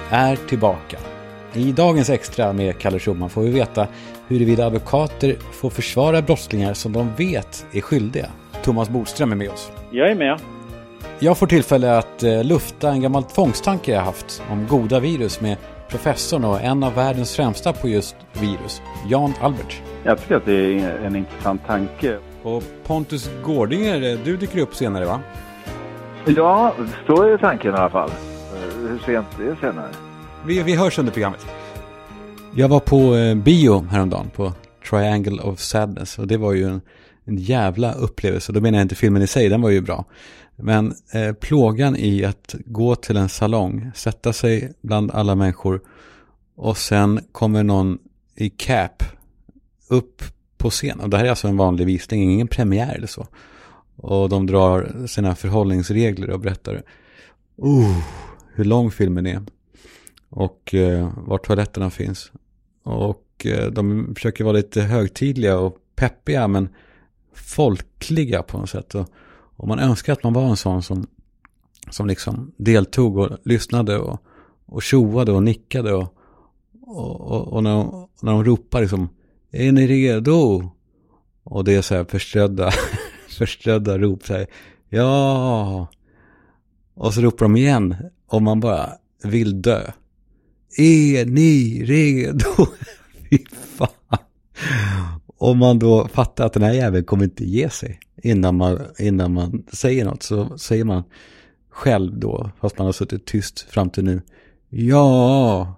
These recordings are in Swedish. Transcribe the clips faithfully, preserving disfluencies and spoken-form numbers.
är tillbaka. I dagens extra med Kalle Schumann får vi veta huruvida advokater får försvara brottslingar som de vet är skyldiga. Thomas Bodström är med oss. Jag är med. Jag får tillfälle att uh, lufta en gammal tvångstanke jag haft om goda virus med professorn och en av världens främsta på just virus, Jan Albert. Jag tycker att det är en intressant tanke. Och Pontus Gårdinger, du dyker upp senare, va? Ja, så är tanken i alla fall. Hur sent är det senare? Vi, vi hörs under programmet. Jag var på eh, bio häromdagen på Triangle of Sadness. Och det var ju en, en jävla upplevelse. Då menar jag inte filmen i sig, den var ju bra. Men eh, plågan i att gå till en salong, sätta sig bland alla människor och sen kommer någon i cap upp på scen. Och det här är alltså en vanlig visning, ingen premiär eller så. Och de drar sina förhållningsregler och berättar uh, hur lång filmen är. Och eh, var toaletterna finns. Och eh, de försöker vara lite högtidliga och peppiga men folkliga på något sätt. Och, och man önskar att man var en sån som, som liksom deltog och lyssnade och, och tjoade och nickade. Och, och, och, och när, de, när de ropar liksom, är ni redo? Och det är så här förströdda, förströdda rop så här, ja. Och så ropar de igen och man bara vill dö. Är ni redo? Fy fan. Om man då fattar att den här jäveln kommer inte ge sig innan man, innan man säger något, så säger man själv då, fast man har suttit tyst fram till nu, ja.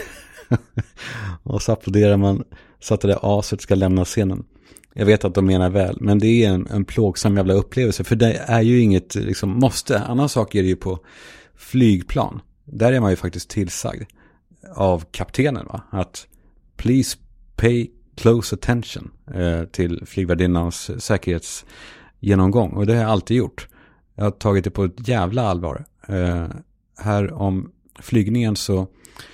Och så applåderar man så att det där aset ska lämna scenen. Jag vet att de menar väl, men det är en, en plågsam jävla upplevelse, för det är ju inget liksom måste. Annan sak är det ju på flygplan. Där är man ju faktiskt tillsagd av kaptenen, va? Att please pay close attention eh, till flygvärdinnans säkerhetsgenomgång. Och det har jag alltid gjort. Jag har tagit det på ett jävla allvar. Eh, här om flygningen så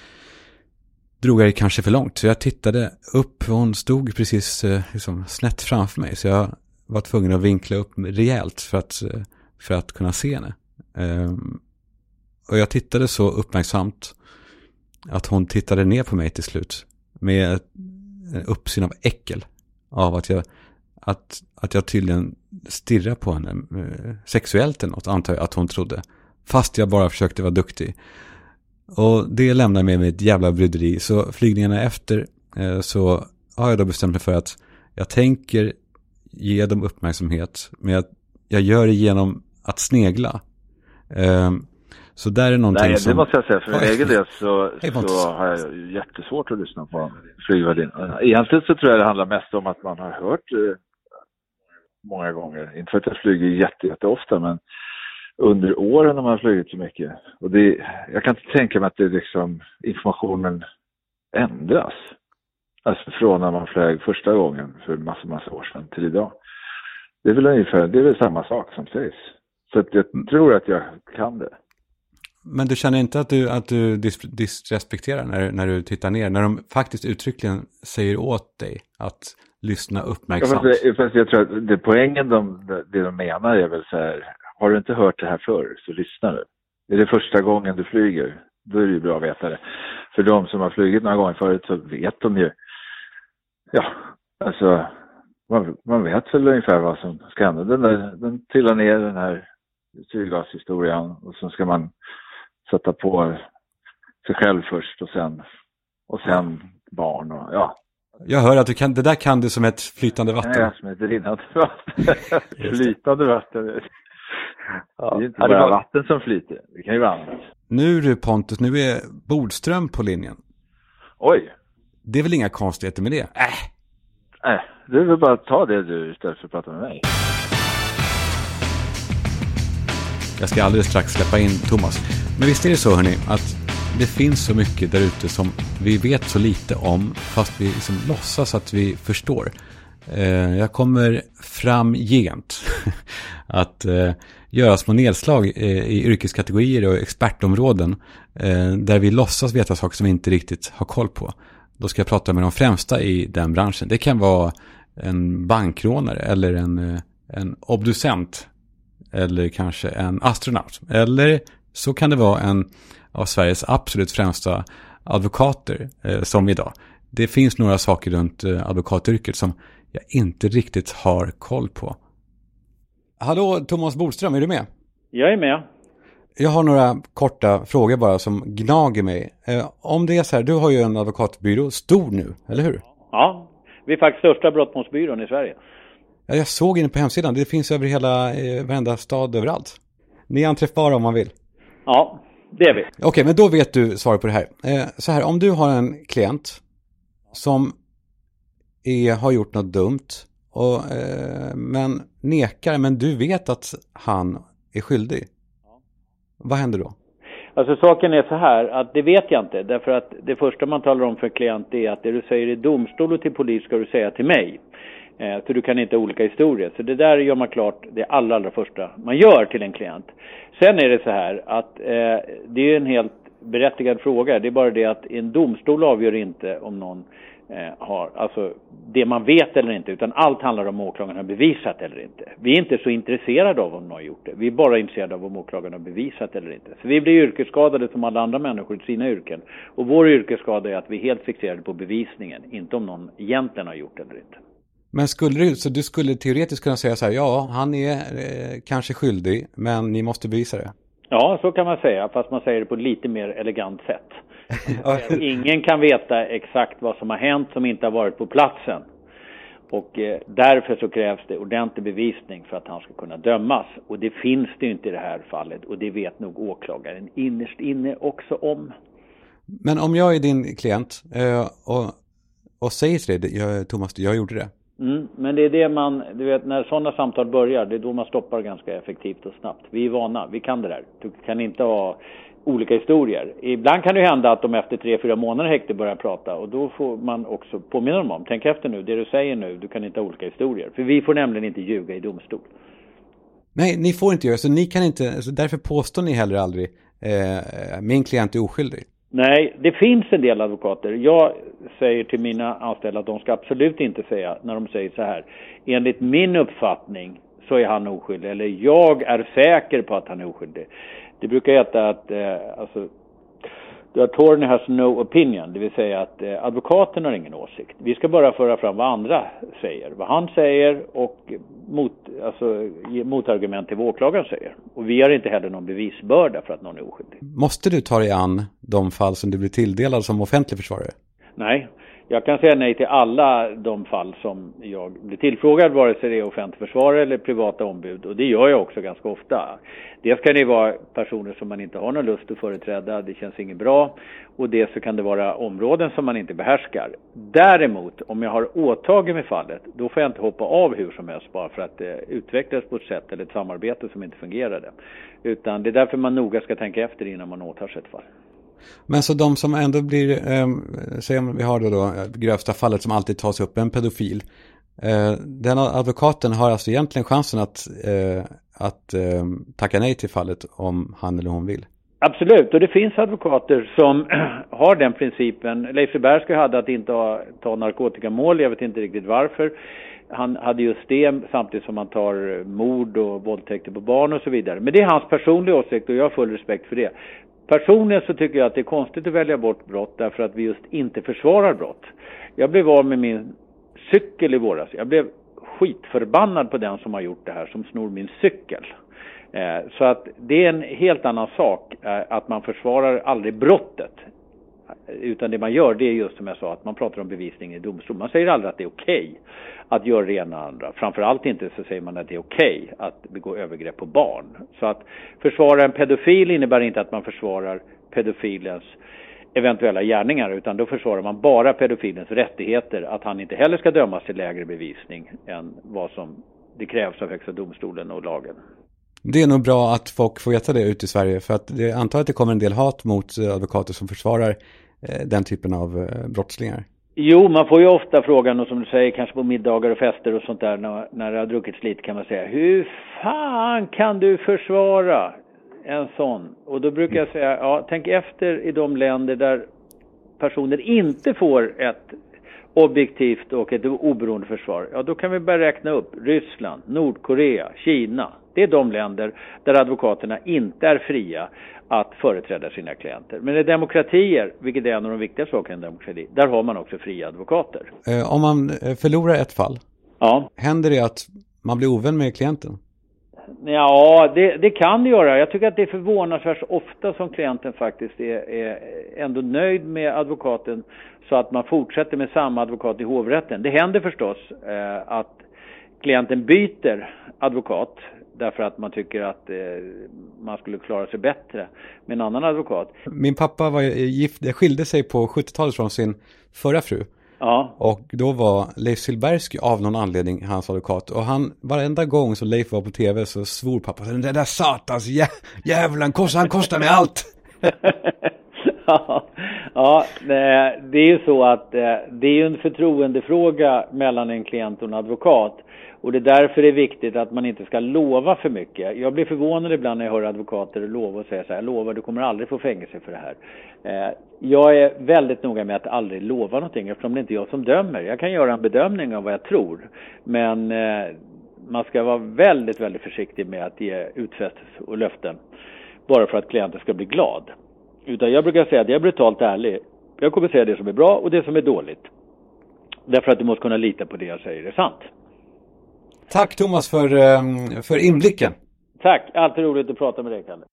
drog jag det kanske för långt. Så jag tittade upp och hon stod precis eh, liksom snett framför mig. Så jag var tvungen att vinkla upp rejält för att, för att kunna se henne. Eh, och jag tittade så uppmärksamt att hon tittade ner på mig till slut med en uppsyn av äckel av att jag, att, att jag tydligen stirrar på henne eh, sexuellt eller något, antar jag att hon trodde. Fast jag bara försökte vara duktig. Och det lämnar mig med ett jävla bryderi. Så flygningarna efter eh, så har jag då bestämt mig för att jag tänker ge dem uppmärksamhet, men jag, jag gör det genom att snegla. Eh, Så där är någonting. Nej, som... det måste jag säga. För min egen del så, Hej, så har jag jättesvårt att lyssna på flygvärdinnan. Egentligen så tror jag det handlar mest om att man har hört eh, många gånger. Inte för att jag flyger jätte, jätte ofta, men under åren har man flugit så mycket. Och det, jag kan inte tänka mig att det liksom, informationen ändras. Alltså från när man flög första gången för massa, massa år sedan till idag. Det är väl ungefär, det är väl samma sak som sägs. Så att jag tror att jag kan det. Men du känner inte att du, att du dis- disrespekterar när, när du tittar ner? När de faktiskt uttryckligen säger åt dig att lyssna uppmärksamt? Ja, fast, fast jag tror att det poängen de, det de menar är väl så här, har du inte hört det här förr så lyssna nu. Är det första gången du flyger, då är det ju bra att veta det. För de som har flugit några gånger förut så vet de ju, ja, alltså man, man vet väl ungefär vad som ska hända. Den, där, den trillar ner den här syrgashistorien och så ska man sätta på sig själv först och sen och sen barn och ja. Jag hör att du kan, det där kan du som ett flytande vatten. Ja, som ett rinnande vatten. Flytande vatten. Ja, det är inte bara var... vatten som flyter. Det kan ju vara annat. Nu du Pontus, nu är Bodström på linjen. Oj. Det är väl inga konstigheter med det? Äh. Nej, äh, du vill bara ta det du istället för att prata med mig. Jag ska alldeles strax släppa in Thomas. Men visst är det så, hörni, att det finns så mycket där ute som vi vet så lite om, fast vi liksom låtsas att vi förstår. Eh, jag kommer framgent att eh, göra små nedslag eh, i yrkeskategorier och expertområden eh, där vi låtsas veta saker som vi inte riktigt har koll på. Då ska jag prata med de främsta i den branschen. Det kan vara en bankrånare eller en, en obducent eller kanske en astronaut eller så kan det vara en av Sveriges absolut främsta advokater eh, som idag. Det finns några saker runt eh, advokatyrket som jag inte riktigt har koll på. Hallå, Thomas Bodström, är du med? Jag är med. Jag har några korta frågor bara som gnager mig. Eh, om det är så här, du har ju en advokatbyrå, stor nu, eller hur? Ja, vi är faktiskt största brottmålsbyrån i Sverige. Ja, jag såg inne på hemsidan, det finns över hela, eh, varenda stad överallt. Ni är anträffbara om man vill. Ja, det är vi. Okej, okay, men då vet du svaret på det här. Eh, så här, om du har en klient som är, har gjort något dumt och, eh, men nekar, men du vet att han är skyldig. Vad händer då? Alltså saken är så här att det vet jag inte. Därför att det första man talar om för en klient är att det du säger i domstol och till polis ska du säga till mig. Eh, så du kan inte ha olika historier. Så det där gör man klart det allra, allra första man gör till en klient. Sen är det så här att eh, det är en helt berättigad fråga. Det är bara det att en domstol avgör inte om någon eh, har, alltså det man vet eller inte, utan allt handlar om åklagaren har bevisat eller inte. Vi är inte så intresserade av om någon har gjort det. Vi är bara intresserade av om åklagaren har bevisat eller inte. Så vi blir yrkesskadade som alla andra människor i sina yrken. Och vår yrkesskada är att vi är helt fixerade på bevisningen, inte om någon egentligen har gjort det eller inte. Men skulle du, så du skulle teoretiskt kunna säga så här, ja, han är eh, kanske skyldig, men ni måste bevisa det. Ja, så kan man säga, fast man säger det på ett lite mer elegant sätt. Ingen kan veta exakt vad som har hänt som inte har varit på platsen. Och eh, därför så krävs det ordentlig bevisning för att han ska kunna dömas. Och det finns det ju inte i det här fallet. Och det vet nog åklagaren innerst inne också om. Men om jag är din klient eh, och, och säger till dig, jag, Thomas, jag gjorde det. Mm, men det är det man, du vet, när sådana samtal börjar, det är då man stoppar ganska effektivt och snabbt. Vi är vana, vi kan det där. Du kan inte ha olika historier. Ibland kan det hända att de efter tre, fyra månader häkte börjar prata, och då får man också påminna dem om, tänk efter nu, det du säger nu, du kan inte ha olika historier. För vi får nämligen inte ljuga i domstol. Nej, ni får inte göra så, ni kan inte, så därför påstår ni heller aldrig, eh, min klient är oskyldig. Nej, det finns en del advokater. Jag säger till mina anställda att de ska absolut inte säga, när de säger så här, enligt min uppfattning så är han oskyldig, eller jag är säker på att han är oskyldig. Det brukar heta att eh, alltså, the attorney has no opinion, det vill säga att eh, advokaten har ingen åsikt. Vi ska bara föra fram vad andra säger, vad han säger, och mot, alltså, ge motargument till vad åklagaren säger. Och vi har inte heller någon bevisbörda för att någon är oskyldig. Måste du ta dig an de fall som du blir tilldelad som offentlig försvarare? Nej. Jag kan säga nej till alla de fall som jag blir tillfrågad, vare sig det är offentlig försvarare eller privata ombud. Och det gör jag också ganska ofta. Dels kan det vara personer som man inte har någon lust att företräda, det känns inget bra. Och dels så kan det vara områden som man inte behärskar. Däremot, om jag har åtagit med fallet, då får jag inte hoppa av hur som helst bara för att det utvecklas på ett sätt eller ett samarbete som inte fungerade. Utan det är därför man noga ska tänka efter innan man åtar sig ett fall. Men så de som ändå blir, eh, säg om vi har då, då grövsta fallet som alltid tas upp, en pedofil. Eh, den advokaten har alltså egentligen chansen att, eh, att eh, tacka nej till fallet om han eller hon vill. Absolut, och det finns advokater som har den principen. Leif Seberska hade att inte ha, ta narkotikamål, jag vet inte riktigt varför. Han hade just det samtidigt som han tar mord och våldtäkter på barn och så vidare. Men det är hans personliga åsikt och jag har full respekt för det. Personligen så tycker jag att det är konstigt att välja bort brott därför att vi just inte försvarar brott. Jag blev av med min cykel i våras. Jag blev skitförbannad på den som har gjort det här, som snor min cykel. Eh, så att det är en helt annan sak eh, att man försvarar aldrig brottet. Utan det man gör, det är just som jag sa, att man pratar om bevisning i domstol. Man säger aldrig att det är okej okay att göra det ena och andra. Framförallt inte så säger man att det är okej okay att begå övergrepp på barn. Så att försvara en pedofil innebär inte att man försvarar pedofilens eventuella gärningar, utan då försvarar man bara pedofilens rättigheter, att han inte heller ska dömas till lägre bevisning än vad som det krävs av Högsta domstolen och lagen. Det är nog bra att folk får veta det ute i Sverige, för att det antar att det kommer en del hat mot advokater som försvarar eh, den typen av eh, brottslingar. Jo, man får ju ofta frågan, och som du säger, kanske på middagar och fester och sånt där, när, när det har druckits lite kan man säga, hur fan kan du försvara en sån? Och då brukar jag säga, ja, tänk efter i de länder där personer inte får ett objektivt och ett oberoende försvar. Ja, då kan vi börja räkna upp Ryssland, Nordkorea, Kina, Det är de länder där advokaterna inte är fria att företräda sina klienter. Men i demokratier, vilket är en av de viktiga sakerna i en demokrati, där har man också fria advokater. Eh, om man förlorar ett fall, ja. Händer det att man blir ovän med klienten? Ja, det, det kan det göra. Jag tycker att det är förvånansvärt ofta som klienten faktiskt är, är ändå nöjd med advokaten så att man fortsätter med samma advokat i hovrätten. Det händer förstås eh, att klienten byter advokat därför att man tycker att eh, man skulle klara sig bättre med en annan advokat. Min pappa var gift, skilde sig på sjuttiotalet från sin förra fru. Ja. Och då var Leif Silbersky av någon anledning hans advokat. Och han, varenda gång som Leif var på tv så svor pappa, den där satans jä, jävlan, kost, han kostar mig allt. ja, ja det, det är ju så att det är en förtroendefråga mellan en klient och en advokat. Och det är därför det är viktigt att man inte ska lova för mycket. Jag blir förvånad ibland när jag hör advokater lova och säga så här, jag lovar, du kommer aldrig få fängelse för det här. Eh, jag är väldigt noga med att aldrig lova någonting eftersom det inte är jag som dömer. Jag kan göra en bedömning av vad jag tror. Men eh, man ska vara väldigt, väldigt försiktig med att ge utfästelser och löften bara för att klienten ska bli glad. Utan jag brukar säga att jag är brutalt ärlig. Jag kommer säga det som är bra och det som är dåligt. Därför att du måste kunna lita på det jag säger är sant. Tack Thomas för, för inblicken. Tack, alltid roligt att prata med dig, Kalle.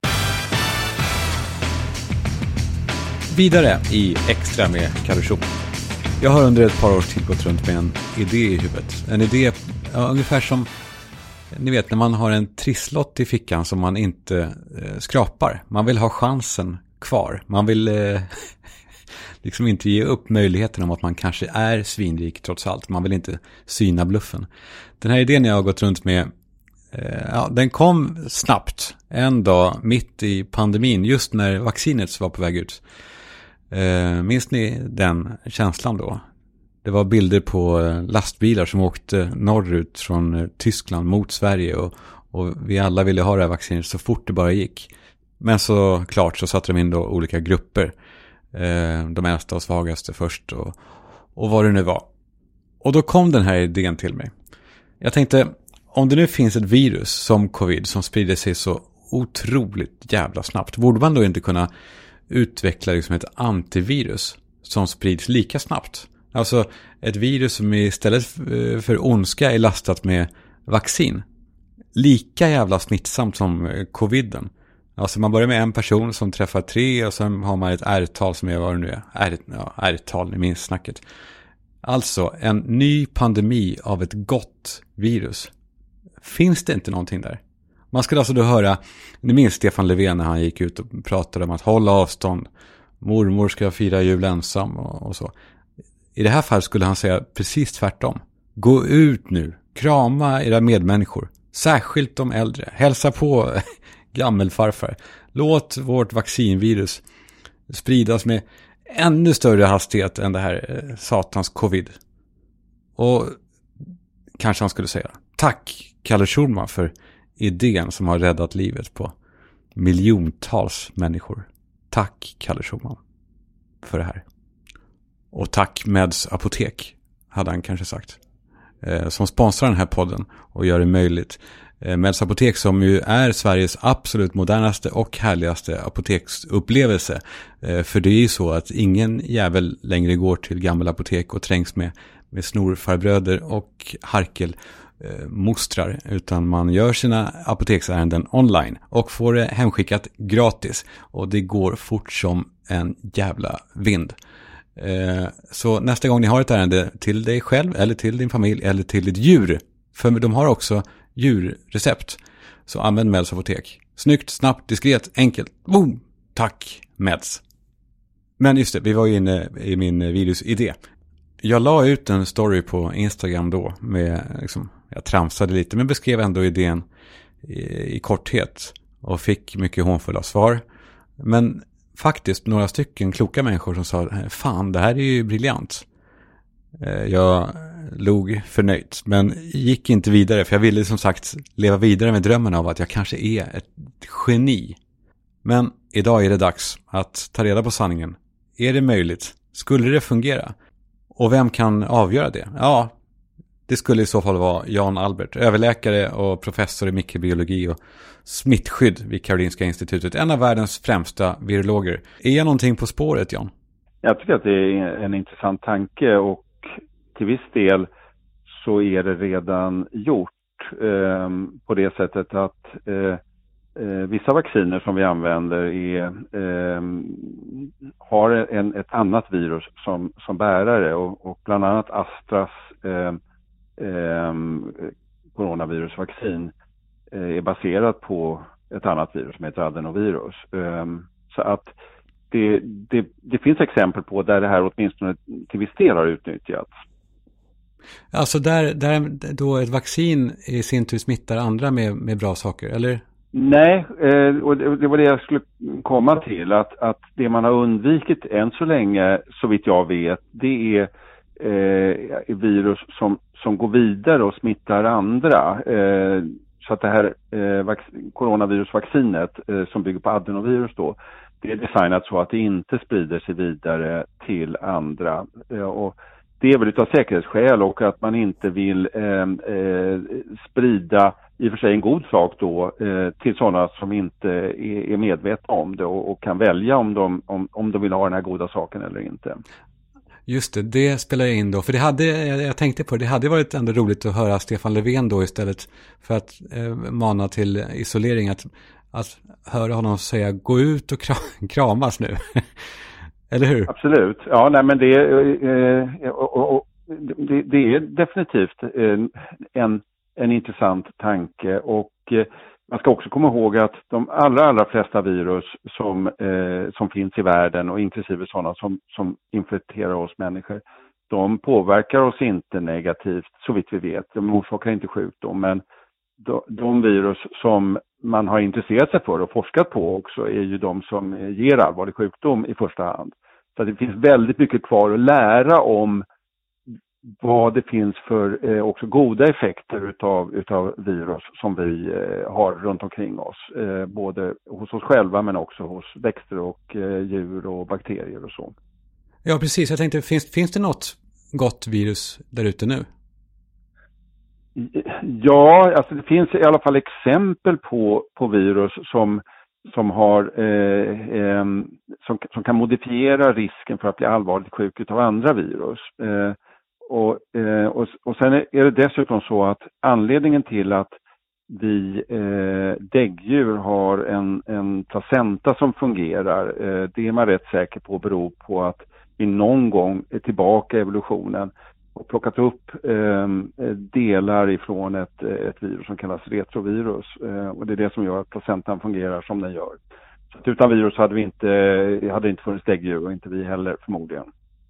Vidare i Extra med Kalle Schulman. Jag har under ett par års tid gått runt med en idé i huvudet. En idé ja, ungefär som, ni vet, när man har en trisslott i fickan som man inte eh, skrapar. Man vill ha chansen kvar. Man vill eh, liksom inte ge upp möjligheten om att man kanske är svinrik trots allt. Man vill inte syna bluffen. Den här idén jag har gått runt med, eh, ja, den kom snabbt. En dag mitt i pandemin, just när vaccinet var på väg ut. Eh, minns ni den känslan då? Det var bilder på lastbilar som åkte norrut från Tyskland mot Sverige och, och vi alla ville ha det här vaccinet så fort det bara gick. Men så klart så satte de in då olika grupper. Eh, de äldsta och svagaste först och, och vad det nu var. Och då kom den här idén till mig. Jag tänkte, om det nu finns ett virus som covid som sprider sig så otroligt jävla snabbt, borde man då inte kunna utveckla liksom ett antivirus som sprids lika snabbt? Alltså ett virus som istället för ondska är lastat med vaccin. Lika jävla smittsamt som coviden. Alltså man börjar med en person som träffar tre och sen har man ett R-tal som är vad det nu är. R, ja, R-tal, ni minns snacket. Alltså en ny pandemi av ett gott virus. Finns det inte någonting där? Man skulle alltså då höra, ni minns Stefan Löfven när han gick ut och pratade om att hålla avstånd. Mormor ska fira jul ensam och, och så. I det här fallet skulle han säga precis tvärtom. Gå ut nu, krama era medmänniskor. Särskilt de äldre. Hälsa på gammelfarfar. Låt vårt vaccinvirus spridas med ännu större hastighet än det här satans covid. Och kanske han skulle säga tack Kalle Schulman för idén som har räddat livet på miljontals människor. Tack Kalle Schulman för det här. Och tack Meds Apotek, hade han kanske sagt. Eh, som sponsrar den här podden och gör det möjligt. Eh, Meds Apotek som ju är Sveriges absolut modernaste och härligaste apoteksupplevelse. Eh, för det är ju så att ingen jävel längre går till gamla apotek och trängs med, med snorfarbröder och harkel eh, mostrar. Utan man gör sina apoteksärenden online och får det hemskickat gratis. Och det går fort som en jävla vind. Så nästa gång ni har ett ärende till dig själv eller till din familj eller till ditt djur, för de har också djurrecept, så använd Meds Apotek. Snyggt, snabbt, diskret, enkelt. Boom! Tack Meds. Men just det, vi var ju inne i min virusidé. Jag la ut en story på Instagram då med, liksom, jag tramsade lite men beskrev ändå idén i, i korthet och fick mycket hånfulla svar. Men faktiskt några stycken kloka människor som sa, fan det här är ju briljant. Jag log förnöjt men gick inte vidare för jag ville som sagt leva vidare med drömmen av att jag kanske är ett geni. Men idag är det dags att ta reda på sanningen. Är det möjligt? Skulle det fungera? Och vem kan avgöra det? Ja, det skulle i så fall vara Jan Albert, överläkare och professor i mikrobiologi och smittskydd vid Karolinska institutet. En av världens främsta virologer. Är jag någonting på spåret, Jan? Jag tycker att det är en intressant tanke, och till viss del så är det redan gjort eh, på det sättet att eh, eh, vissa vacciner som vi använder är, eh, har en, ett annat virus som, som bärare, och, och bland annat Astras eh, eh, coronavirusvaccin eh, är baserat på ett annat virus som heter adenovirus. Eh, så att det, det, det finns exempel på där det här åtminstone till viss del har utnyttjats. Alltså där, där då ett vaccin i sin tur smittar andra med, med bra saker, eller? Nej, eh, och det, det var det jag skulle komma till. Att, att det man har undvikit än så länge, så vitt jag vet, det är eh, virus som, som går vidare och smittar andra. Eh, så att det här eh, vac- coronavirusvaccinet eh, som bygger på adenovirus då, det är designat så att det inte sprider sig vidare till andra. Eh, och det är väl utav säkerhetsskäl, och att man inte vill eh, eh, sprida i och för sig en god sak då eh, till sådana som inte är, är medvetna om det och, och kan välja om de, om, om de vill ha den här goda saken eller inte. Just det, det spelar jag in då. För det hade, jag, jag tänkte på det, det hade varit ändå roligt att höra Stefan Löfven då istället för att eh, mana till isolering. Att, att höra honom säga, gå ut och kram, kramas nu. Eller hur? Absolut. Ja, nej, men det, eh, och, och, och, det, det är definitivt eh, en, en intressant tanke, och eh, man ska också komma ihåg att de allra, allra flesta virus som, eh, som finns i världen, och inklusive sådana som, som infekterar oss människor, de påverkar oss inte negativt så vitt vi vet. De orsakar inte sjukdom, men de, de virus som man har intresserat sig för och forskat på också är ju de som ger allvarlig sjukdom i första hand. Så det finns väldigt mycket kvar att lära om vad det finns för eh, också goda effekter utav, utav virus som vi eh, har runt omkring oss. Eh, både hos oss själva men också hos växter och eh, djur och bakterier och så. Ja, precis. Jag tänkte, finns, finns det något gott virus där ute nu? Ja, alltså det finns i alla fall exempel på, på virus som som har eh, eh, som, som kan modifiera risken för att bli allvarligt sjuk av andra virus. Eh, och, eh, och, och sen är det dessutom så att anledningen till att vi eh, däggdjur har en, en placenta som fungerar, eh, det är man rätt säker på beror på att vi någon gång är tillbaka i evolutionen och plockat upp eh, delar ifrån ett, ett virus som kallas retrovirus. Eh, och det är det som gör att placentan fungerar som den gör. Så att utan virus hade vi inte, hade inte funnits däggdjur, och inte vi heller förmodligen.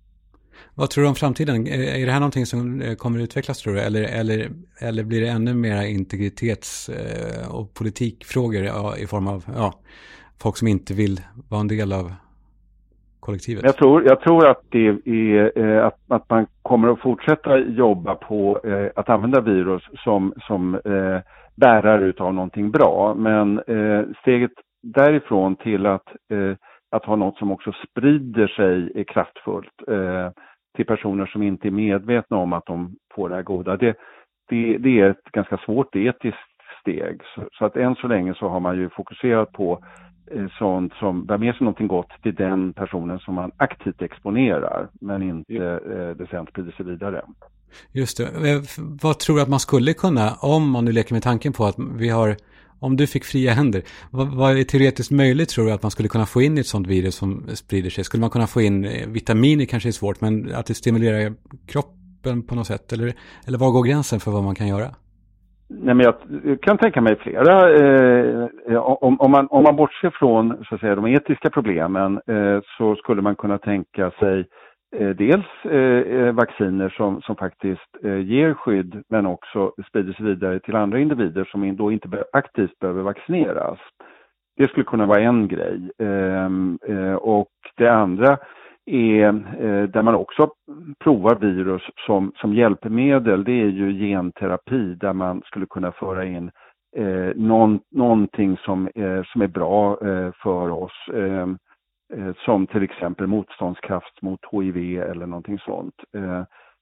Vad tror du om framtiden? Är det här någonting som kommer utvecklas, tror du? Eller, eller, eller blir det ännu mer integritets- och politikfrågor i form av ja, folk som inte vill vara en del av kollektivet? Jag tror, jag tror att, det är, att, att man kommer att fortsätta jobba på att använda virus som, som eh, bärare utav någonting bra. Men eh, steget därifrån till att, eh, att ha något som också sprider sig är kraftfullt eh, till personer som inte är medvetna om att de får det här goda. Det, det, det är ett ganska svårt etiskt steg. Så, så att än så länge så har man ju fokuserat på sånt som bär med sig någonting gott till den personen som man aktivt exponerar, men inte eh, det sen sprider sig vidare. Just det. Vad tror du att man skulle kunna, om man nu leker med tanken på att vi har, om du fick fria händer, vad, vad är teoretiskt möjligt, tror du att man skulle kunna få in i ett sånt virus som sprider sig? Skulle man kunna få in vitaminer, kanske är svårt, men att det stimulerar kroppen på något sätt? Eller, eller var går gränsen för vad man kan göra? Nej, men jag kan tänka mig flera. Eh, om, om, man, om man bortser från så att säga, de etiska problemen eh, så skulle man kunna tänka sig eh, dels eh, vacciner som, som faktiskt eh, ger skydd, men också sprider sig vidare till andra individer som då inte be- aktivt behöver vaccineras. Det skulle kunna vara en grej. Eh, eh, och det andra är eh, där man också provar virus som, som hjälpmedel, det är ju genterapi, där man skulle kunna föra in eh, någon, någonting som, eh, som är bra eh, för oss, eh, eh, som till exempel motståndskraft mot H I V eller någonting sånt. Eh,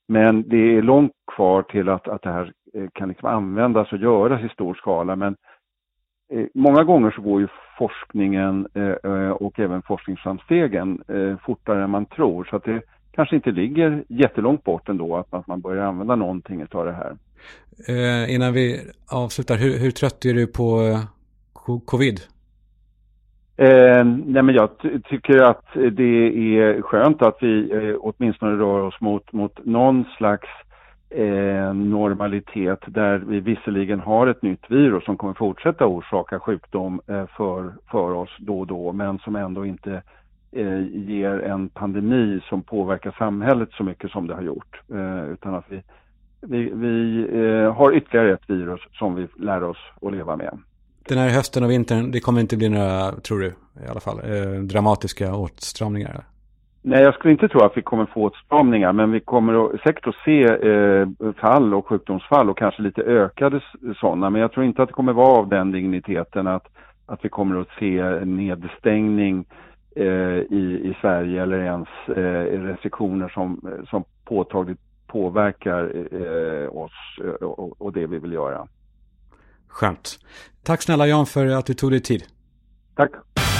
Men det är långt kvar till att, att det här kan liksom användas och göras i stor skala. Men eh, många gånger så går ju forskningen eh, och även forskningsframstegen eh, fortare än man tror. Så att det kanske inte ligger jättelångt bort ändå att, att man börjar använda någonting av det här. Eh, innan vi avslutar, hur, hur trött är du på eh, covid? Eh, nej men jag ty- tycker att det är skönt att vi eh, åtminstone rör oss mot, mot någon slags eh, normalitet där vi visserligen har ett nytt virus som kommer fortsätta orsaka sjukdom eh, för, för oss då och då, men som ändå inte eh, ger en pandemi som påverkar samhället så mycket som det har gjort. Eh, utan att vi, vi, vi eh, har ytterligare ett virus som vi lär oss att leva med. Den här hösten och vintern, det kommer inte bli några, tror du, i alla fall, eh, dramatiska åtstramningar? Eller? Nej, jag skulle inte tro att vi kommer få åtstramningar, men vi kommer att, säkert att se eh, fall och sjukdomsfall och kanske lite ökade sådana. Men jag tror inte att det kommer vara av den digniteten att, att vi kommer att se en nedstängning eh, i, i Sverige eller ens eh, restriktioner som, som påtagligt påverkar eh, oss och, och det vi vill göra. Skönt. Tack snälla Jan för att du tog dig tid. Tack.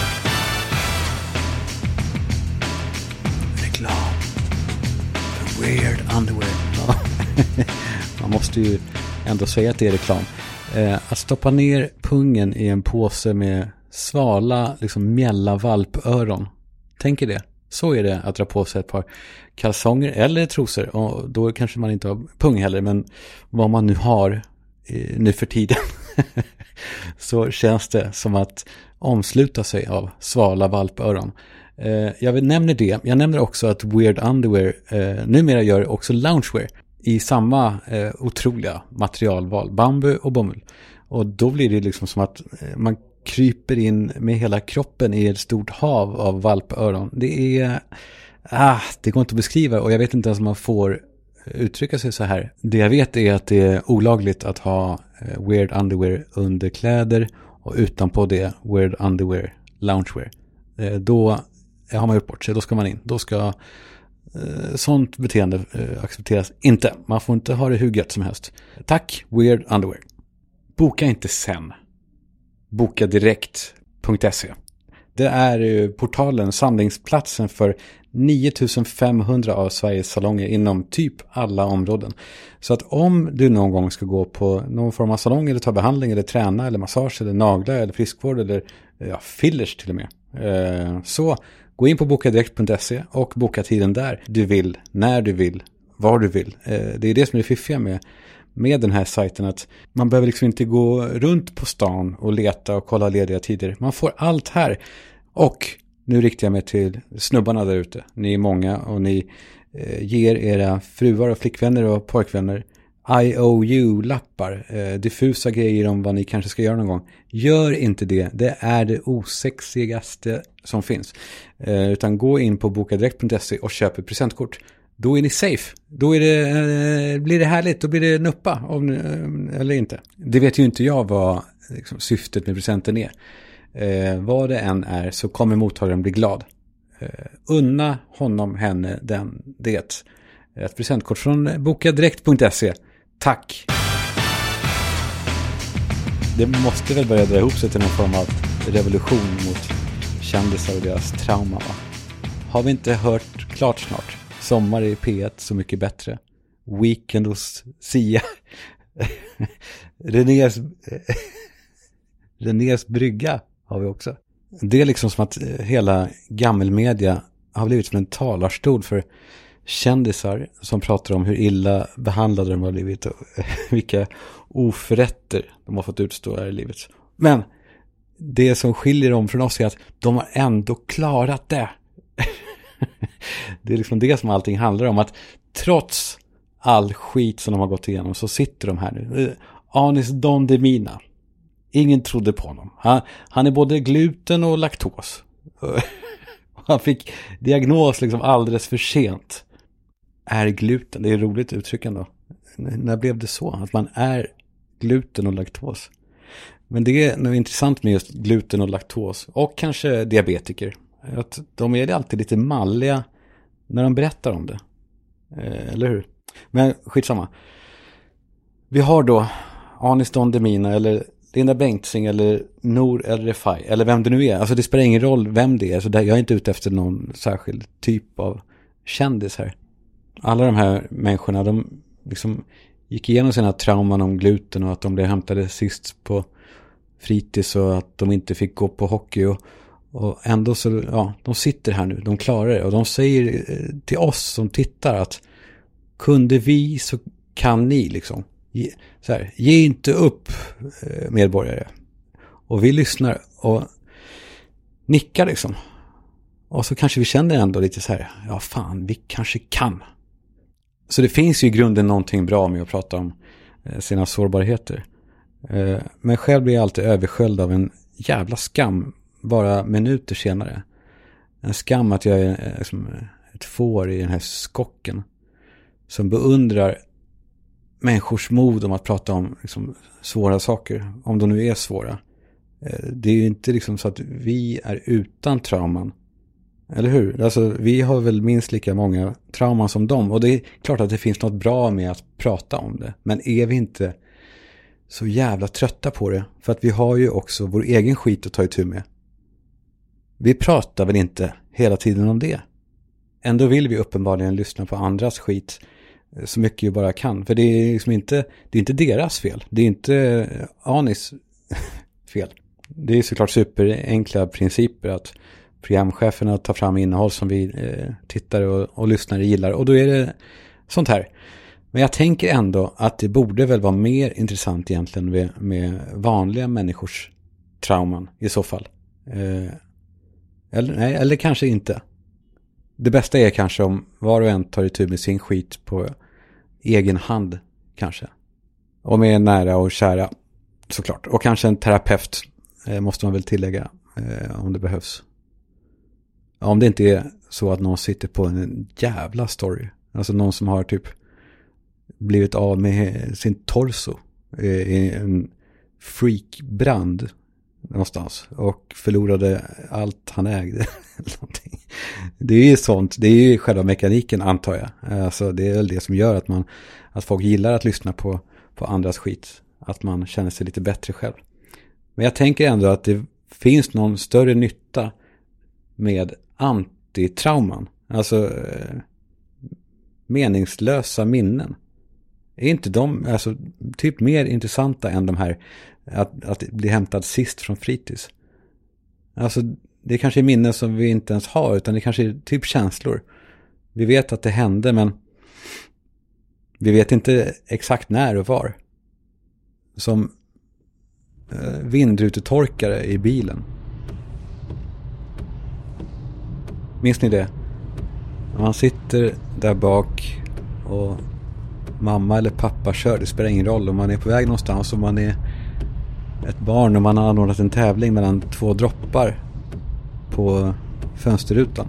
Reklam. The weird underwear. Ja. Man måste ju ändå säga att det är reklam. Eh, att stoppa ner pungen i en påse med svala, liksom mjälla valpöron. Tänk er det. Så är det att dra på sig ett par kalsonger eller trosor. Och då kanske man inte har pung heller, men vad man nu har nu för tiden så känns det som att omsluta sig av svala valpöron. Eh, jag nämner det. Jag nämner också att Weird Underwear eh, numera gör också loungewear i samma eh, otroliga materialval, bambu och bomull. Och då blir det liksom som att eh, man kryper in med hela kroppen i ett stort hav av valpöron. Det är ah, det går inte att beskriva och jag vet inte ens om man får uttrycka sig så här. Det jag vet är att det är olagligt att ha weird underwear under kläder och utanpå det weird underwear loungewear. Då har man gjort bort sig. Då ska man in. Då ska sånt beteende accepteras inte. Man får inte ha det hur gött som helst. Tack, weird underwear. Boka inte sen. Boka direkt punkt se. Det är portalen, samlingsplatsen för nio tusen femhundra av Sveriges salonger inom typ alla områden. Så att om du någon gång ska gå på någon form av salong eller ta behandling eller träna eller massage eller nagla eller friskvård eller ja, fillers till och med. Eh, så gå in på boka direkt punkt se och boka tiden där du vill, när du vill, var du vill. Eh, det är det som är det fiffiga med med den här sajten, att man behöver liksom inte gå runt på stan och leta och kolla lediga tider. Man får allt här. Och nu riktar jag mig till snubbarna där ute. Ni är många och ni eh, ger era fruar och flickvänner och pojkvänner I O U-lappar. Eh, diffusa grejer om vad ni kanske ska göra någon gång. Gör inte det. Det är det osexigaste som finns. Eh, utan gå in på boka direkt punkt se och köp ett presentkort. Då är ni safe. Då är det, eh, blir det härligt. Då blir det nuppa. Om, eh, eller inte. Det vet ju inte jag vad liksom, syftet med presenten är. Eh, vad det än är så kommer mottagaren bli glad. Eh, unna honom, henne, den, det. Ett presentkort från boka direkt punkt se. Tack. Det måste väl börja dra ihop sig till någon form av revolution mot kändisar och deras trauma, va? Har vi inte hört klart snart? Sommar i P ett, så mycket bättre. Weekend hos Sia. Renés Renés brygga har vi också. Det är liksom som att hela gammelmedia har blivit som en talarstol för kändisar som pratar om hur illa behandlade de har blivit och vilka oförrätter de har fått utstå här i livet. Men det som skiljer dem från oss är att de har ändå klarat det. Det är liksom det som allting handlar om, att trots all skit som de har gått igenom så sitter de här nu. Anis Don Demina. Ingen trodde på honom. Han, han är både gluten och laktos. Han fick diagnos liksom alldeles för sent. Är gluten, det är roligt uttryck ändå. När blev det så? Att man är gluten och laktos. Men det är nog intressant med just gluten och laktos. Och kanske diabetiker. Att de är alltid lite malliga när de berättar om det. Eller hur? Men skitsamma. Vi har då Anis Don Demina eller Linda Bengtzing eller Nour El Refai eller vem det nu är. Alltså det spelar ingen roll vem det är. Så där, jag är inte ute efter någon särskild typ av kändis här. Alla de här människorna, de liksom gick igenom sina trauman om gluten och att de blev hämtade sist på fritids och att de inte fick gå på hockey och, och ändå så, ja, de sitter här nu, de klarar det och de säger till oss som tittar att kunde vi så kan ni liksom. Ge, så här, ge inte upp medborgare. Och vi lyssnar och nickar liksom. Och så kanske vi känner ändå lite så här, ja fan, vi kanske kan. Så det finns ju i grunden någonting bra med att prata om sina sårbarheter. Men själv blir jag alltid översköljd av en jävla skam bara minuter senare. En skam att jag är liksom ett får i den här skocken som beundrar människors mod om att prata om liksom svåra saker, om de nu är svåra. Det är ju inte liksom så att vi är utan trauman. Eller hur? Alltså vi har väl minst lika många trauman som dem. Och det är klart att det finns något bra med att prata om det. Men är vi inte så jävla trötta på det? För att vi har ju också vår egen skit att ta itu med. Vi pratar väl inte hela tiden om det. Ändå vill vi uppenbarligen lyssna på andras skit så mycket vi bara kan. För det är liksom inte, det är inte deras fel. Det är inte Anis fel. Det är såklart superenkla principer att programcheferna tar fram innehåll som vi eh, tittare och, och lyssnare gillar. Och då är det sånt här. Men jag tänker ändå att det borde väl vara mer intressant egentligen med, med vanliga människors trauman i så fall. Eh, eller, nej, eller kanske inte. Det bästa är kanske om var och en tar itu med sin skit på egen hand kanske. Och med nära och kära såklart. Och kanske en terapeut eh, måste man väl tillägga eh, om det behövs. Om det inte är så att någon sitter på en jävla story. Alltså någon som har typ blivit av med sin torso i en freakbrand någonstans och förlorade allt han ägde. Det är ju sånt, det är ju själva mekaniken antar jag. Alltså det är väl det som gör att man att folk gillar att lyssna på, på andras skit. Att man känner sig lite bättre själv. Men jag tänker ändå att det finns någon större nytta med antitrauman. Alltså eh, meningslösa minnen. Är inte de alltså, typ mer intressanta än de här att, att bli hämtad sist från fritids? Alltså det kanske är minnen som vi inte ens har utan det kanske är typ känslor. Vi vet att det hände men vi vet inte exakt när och var. Som eh, vindrutetorkare i bilen. Minns ni det? Man sitter där bak och mamma eller pappa kör, det spelar ingen roll om man är på väg någonstans, om man är ett barn och man har anordnat en tävling mellan två droppar på fönsterrutan.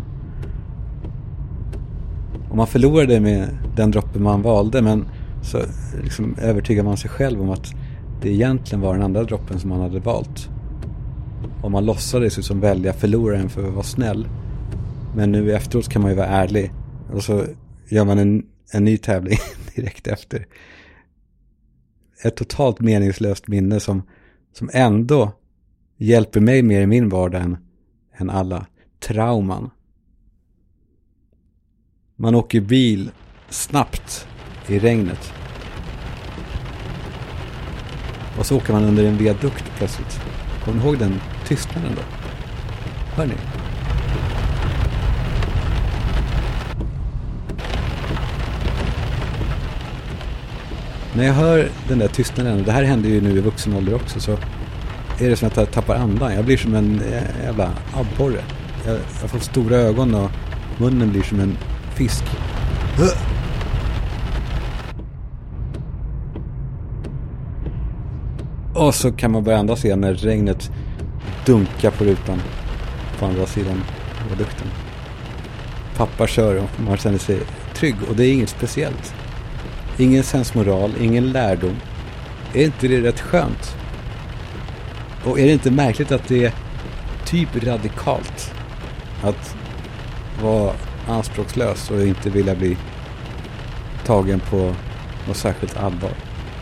Och man förlorade med den droppen man valde, men så liksom övertygar man sig själv om att det egentligen var den andra droppen som man hade valt. Och man låtsades som välja förloraren för att vara snäll. Men nu efteråt kan man ju vara ärlig. Och så gör man en, en ny tävling direkt efter. Ett totalt meningslöst minne som, som ändå hjälper mig mer i min vardag än, än alla trauman. Man åker bil snabbt i regnet. Och så åker man under en viadukt plötsligt. Kommer ni ihåg den tystnaden då? Hör ni? När jag hör den där tystnaden, det här händer ju nu i vuxen ålder också, så är det som att jag tappar andan. Jag blir som en jävla abborre. Jag, jag får stora ögon och munnen blir som en fisk. Och så kan man börja andas igen när regnet dunkar på rutan på andra sidan av dukten. Pappa kör och man känner sig trygg, och det är inget speciellt. Ingen sensmoral, ingen lärdom. Är inte det rätt skönt? Och är det inte märkligt att det är typ radikalt att vara anspråkslös och inte vilja bli tagen på något särskilt allvar.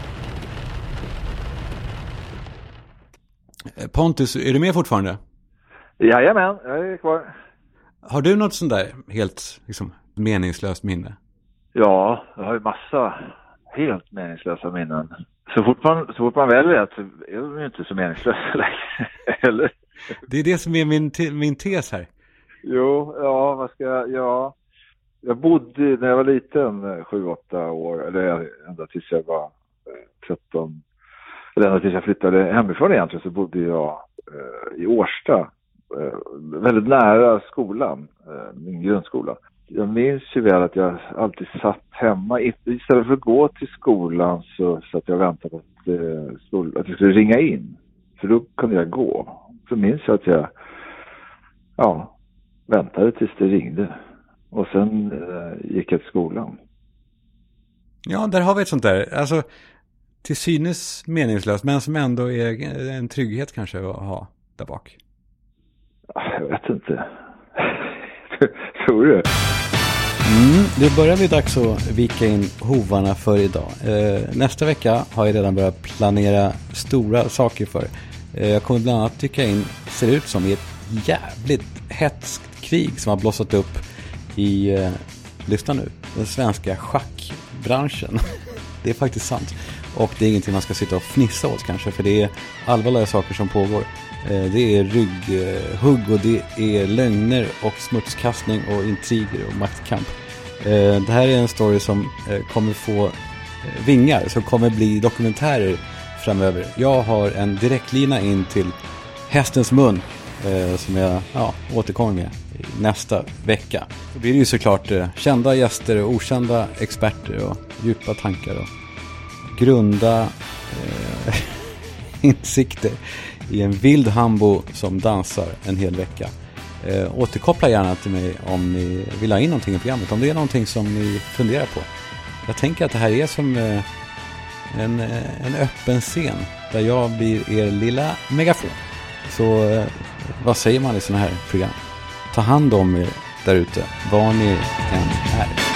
Pontus, är du med fortfarande? Jajamän, jag är kvar. Har du något sånt där helt liksom, meningslöst minne? Ja, jag har ju massa helt meningslösa minnen. Så fort man, så fort man väljer att så är de ju inte så meningslösa längre. Eller? Det är det som är min, te- min tes här. Jo, ja, vad ska jag... Ja. Jag bodde när jag var liten, sju åtta år, eller ända tills jag var tretton, eller ända tills jag flyttade hemifrån egentligen, så bodde jag eh, i Årsta, eh, väldigt nära skolan, eh, min grundskola. Jag minns ju väl att jag alltid satt hemma, istället för att gå till skolan så satt jag och väntade på att, eh, skol, att jag skulle ringa in, för då kunde jag gå. Så minns jag att jag ja, väntade tills det ringde. Och sen eh, gick jag till skolan. Ja, där har vi ett sånt där. Alltså, till synes meningslöst, men som ändå är en trygghet kanske att ha där bak. Jag vet inte. Tror du? Mm, det börjar bli dags att vika in hovarna för idag. Eh, nästa vecka har jag redan börjat planera stora saker för. Eh, jag kommer bland annat tycka in, ser ut som i ett jävligt hetskt krig som har blossat upp i, eh, lyssna nu, den svenska schackbranschen. Det är faktiskt sant. Och det är ingenting man ska sitta och fnissa åt kanske, för det är allvarliga saker som pågår. Eh, det är rygghugg och det är lögner och smutskastning och intriger och maktkamp. Eh, det här är en story som eh, kommer få eh, vingar, som kommer bli dokumentärer framöver. Jag har en direktlina in till hästens mun eh, som jag ja, återkommer med nästa vecka. Då blir det ju såklart eh, kända gäster och okända experter och djupa tankar och grunda eh, insikter i en vild hambo som dansar en hel vecka. Eh, återkoppla gärna till mig om ni vill ha in någonting i programmet, om det är någonting som ni funderar på. Jag tänker att det här är som eh, en, en öppen scen där jag blir er lilla megafon. Så eh, vad säger man i såna här program? Ta hand om er där ute, var ni än är.